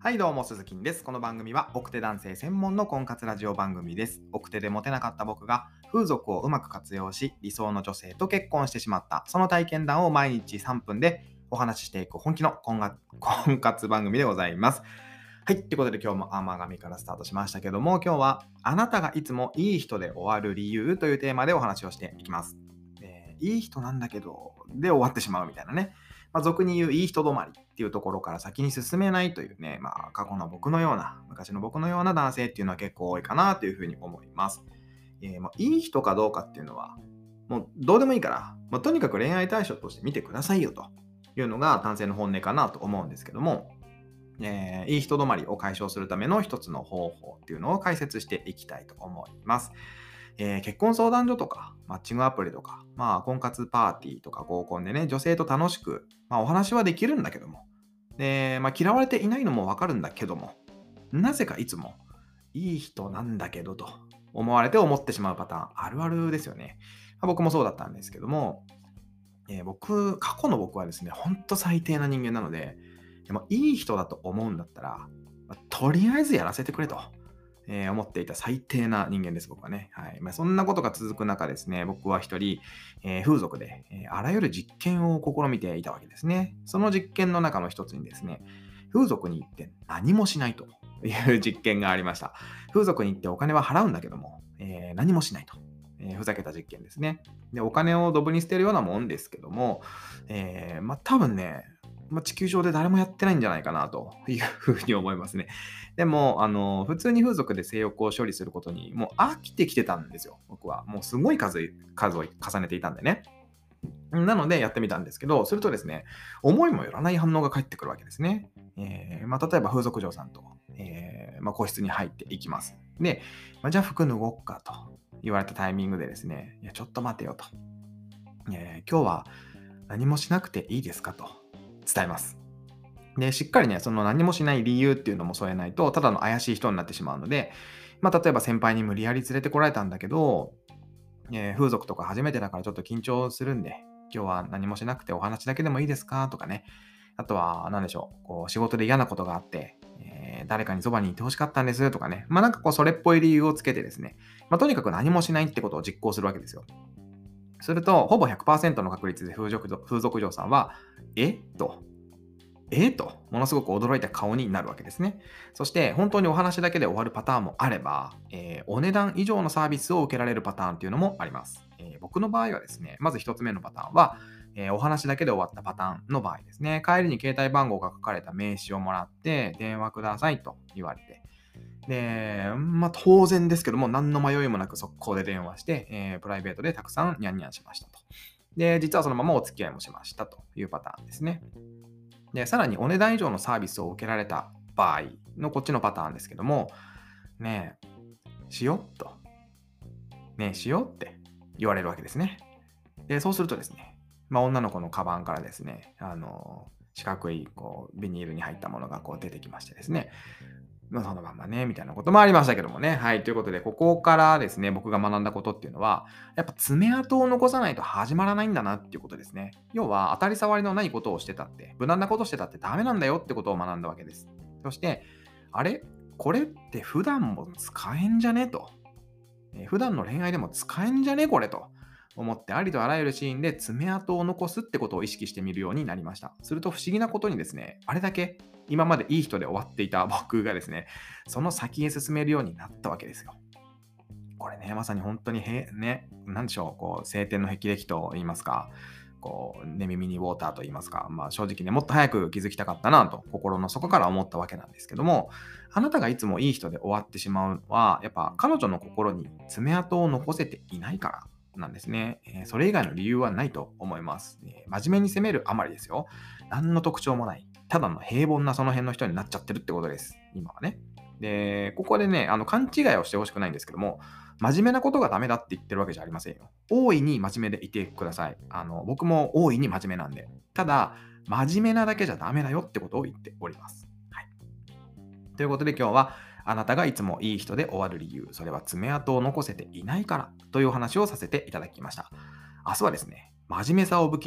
はいどうも、鈴木です。この番組は奥手男性専門の婚活ラジオ番組です。奥手でモテなかった僕が風俗をうまく活用し、理想の女性と結婚してしまった、その体験談を毎日3分でお話ししていく本気の婚活番組でございます。はい、ということで今日も甘噛みからスタートしましたけども、今日はあなたがいつもいい人で終わる理由というテーマでお話をしていきます。いい人なんだけど、で終わってしまうみたいなね。俗に言ういい人止まりっていうところから先に進めないというね、過去の僕のような、昔の僕のような男性っていうのは結構多いかなというふうに思います。いい人かどうかっていうのは、もうどうでもいいから、とにかく恋愛対象として見てくださいよというのが男性の本音かなと思うんですけども、いい人止まりを解消するための一つの方法っていうのを解説していきたいと思います。結婚相談所とか、マッチングアプリとか、婚活パーティーとか合コンでね、女性と楽しく、お話はできるんだけども、で、嫌われていないのもわかるんだけども、なぜかいつも、いい人なんだけどと思われて思ってしまうパターン、あるあるですよね。僕もそうだったんですけども、過去の僕はですね、ほんと最低な人間なので、いい人だと思うんだったら、とりあえずやらせてくれと。思っていた最低な人間です、僕はね。はい。そんなことが続く中ですね、僕は一人、風俗で、あらゆる実験を試みていたわけですね。その実験の中の一つにですね、風俗に行って何もしないという実験がありました。風俗に行ってお金は払うんだけども、何もしないと。ふざけた実験ですね。で、お金をドブに捨てるようなもんですけども、多分ね、地球上で誰もやってないんじゃないかなというふうに思いますね。でも、普通に風俗で性欲を処理することにもう飽きてきてたんですよ、僕は。もうすごい数を重ねていたんでね。なのでやってみたんですけど、するとですね、思いもよらない反応が返ってくるわけですね。例えば風俗嬢さんと、個室に入っていきます。で、じゃあ服脱ごっかと言われたタイミングでですね、いや、ちょっと待てよと。今日は何もしなくていいですかと伝えます。で、しっかりね、その何もしない理由っていうのも添えないと、ただの怪しい人になってしまうので、例えば先輩に無理やり連れてこられたんだけど、風俗とか初めてだからちょっと緊張するんで、今日は何もしなくてお話だけでもいいですかとかね。あとは、何でしょう、こう仕事で嫌なことがあって、誰かにそばにいてほしかったんですとかね。それっぽい理由をつけてですね、とにかく何もしないってことを実行するわけですよ。すると、ほぼ100%の確率で風俗嬢さんは、とものすごく驚いた顔になるわけですね。そして、本当にお話だけで終わるパターンもあれば、お値段以上のサービスを受けられるパターンっていうのもあります。僕の場合はですね、まず一つ目のパターンは、お話だけで終わったパターンの場合ですね、帰りに携帯番号が書かれた名刺をもらって、電話くださいと言われて、で、当然ですけども、何の迷いもなく速攻で電話して、プライベートでたくさんニャンニャンしましたと。で、実はそのままお付き合いもしましたというパターンですね。で、さらにお値段以上のサービスを受けられた場合のこっちのパターンですけども、ねえ、しようと。ねえ、しようって言われるわけですね。で、そうするとですね、女の子のカバンからですね、四角いビニールに入ったものが出てきましてですね、そのまんまね、みたいなこともありましたけどもね。はい。ということで、ここからですね、僕が学んだことっていうのは、やっぱ爪痕を残さないと始まらないんだなっていうことですね。要は、当たり障りのないことをしてたって、無難なことしてたってダメなんだよってことを学んだわけです。そして、あれこれって普段も使えんじゃねと。普段の恋愛でも使えんじゃねこれと。思ってありとあらゆるシーンで爪痕を残すってことを意識してみるようになりました。すると不思議なことにですね、あれだけ今までいい人で終わっていた僕がですね、その先へ進めるようになったわけですよ。これね、まさに本当になんでしょう、晴天の霹靂と言いますか、寝耳にウォーターと言いますか、正直ね、もっと早く気づきたかったなと、心の底から思ったわけなんですけども、あなたがいつもいい人で終わってしまうのは、やっぱ彼女の心に爪痕を残せていないからなんですね。それ以外の理由はないと思います。真面目に責めるあまりですよ。何の特徴もない。ただの平凡なその辺の人になっちゃってるってことです。今はね。で、ここでね、勘違いをしてほしくないんですけども、真面目なことがダメだって言ってるわけじゃありませんよ。大いに真面目でいてください。僕も大いに真面目なんで。ただ、真面目なだけじゃダメだよってことを言っております。はい。ということで今日は、あなたがいつもいい人で終わる理由、それは爪痕を残せていないからというお話をさせていただきました。明日はですね、真面目さを武器に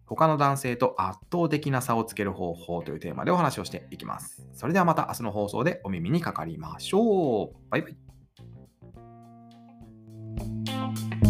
他の男性と圧倒的な差をつける方法というテーマでお話をしていきます。それではまた明日の放送でお耳にかかりましょう。バイバイ。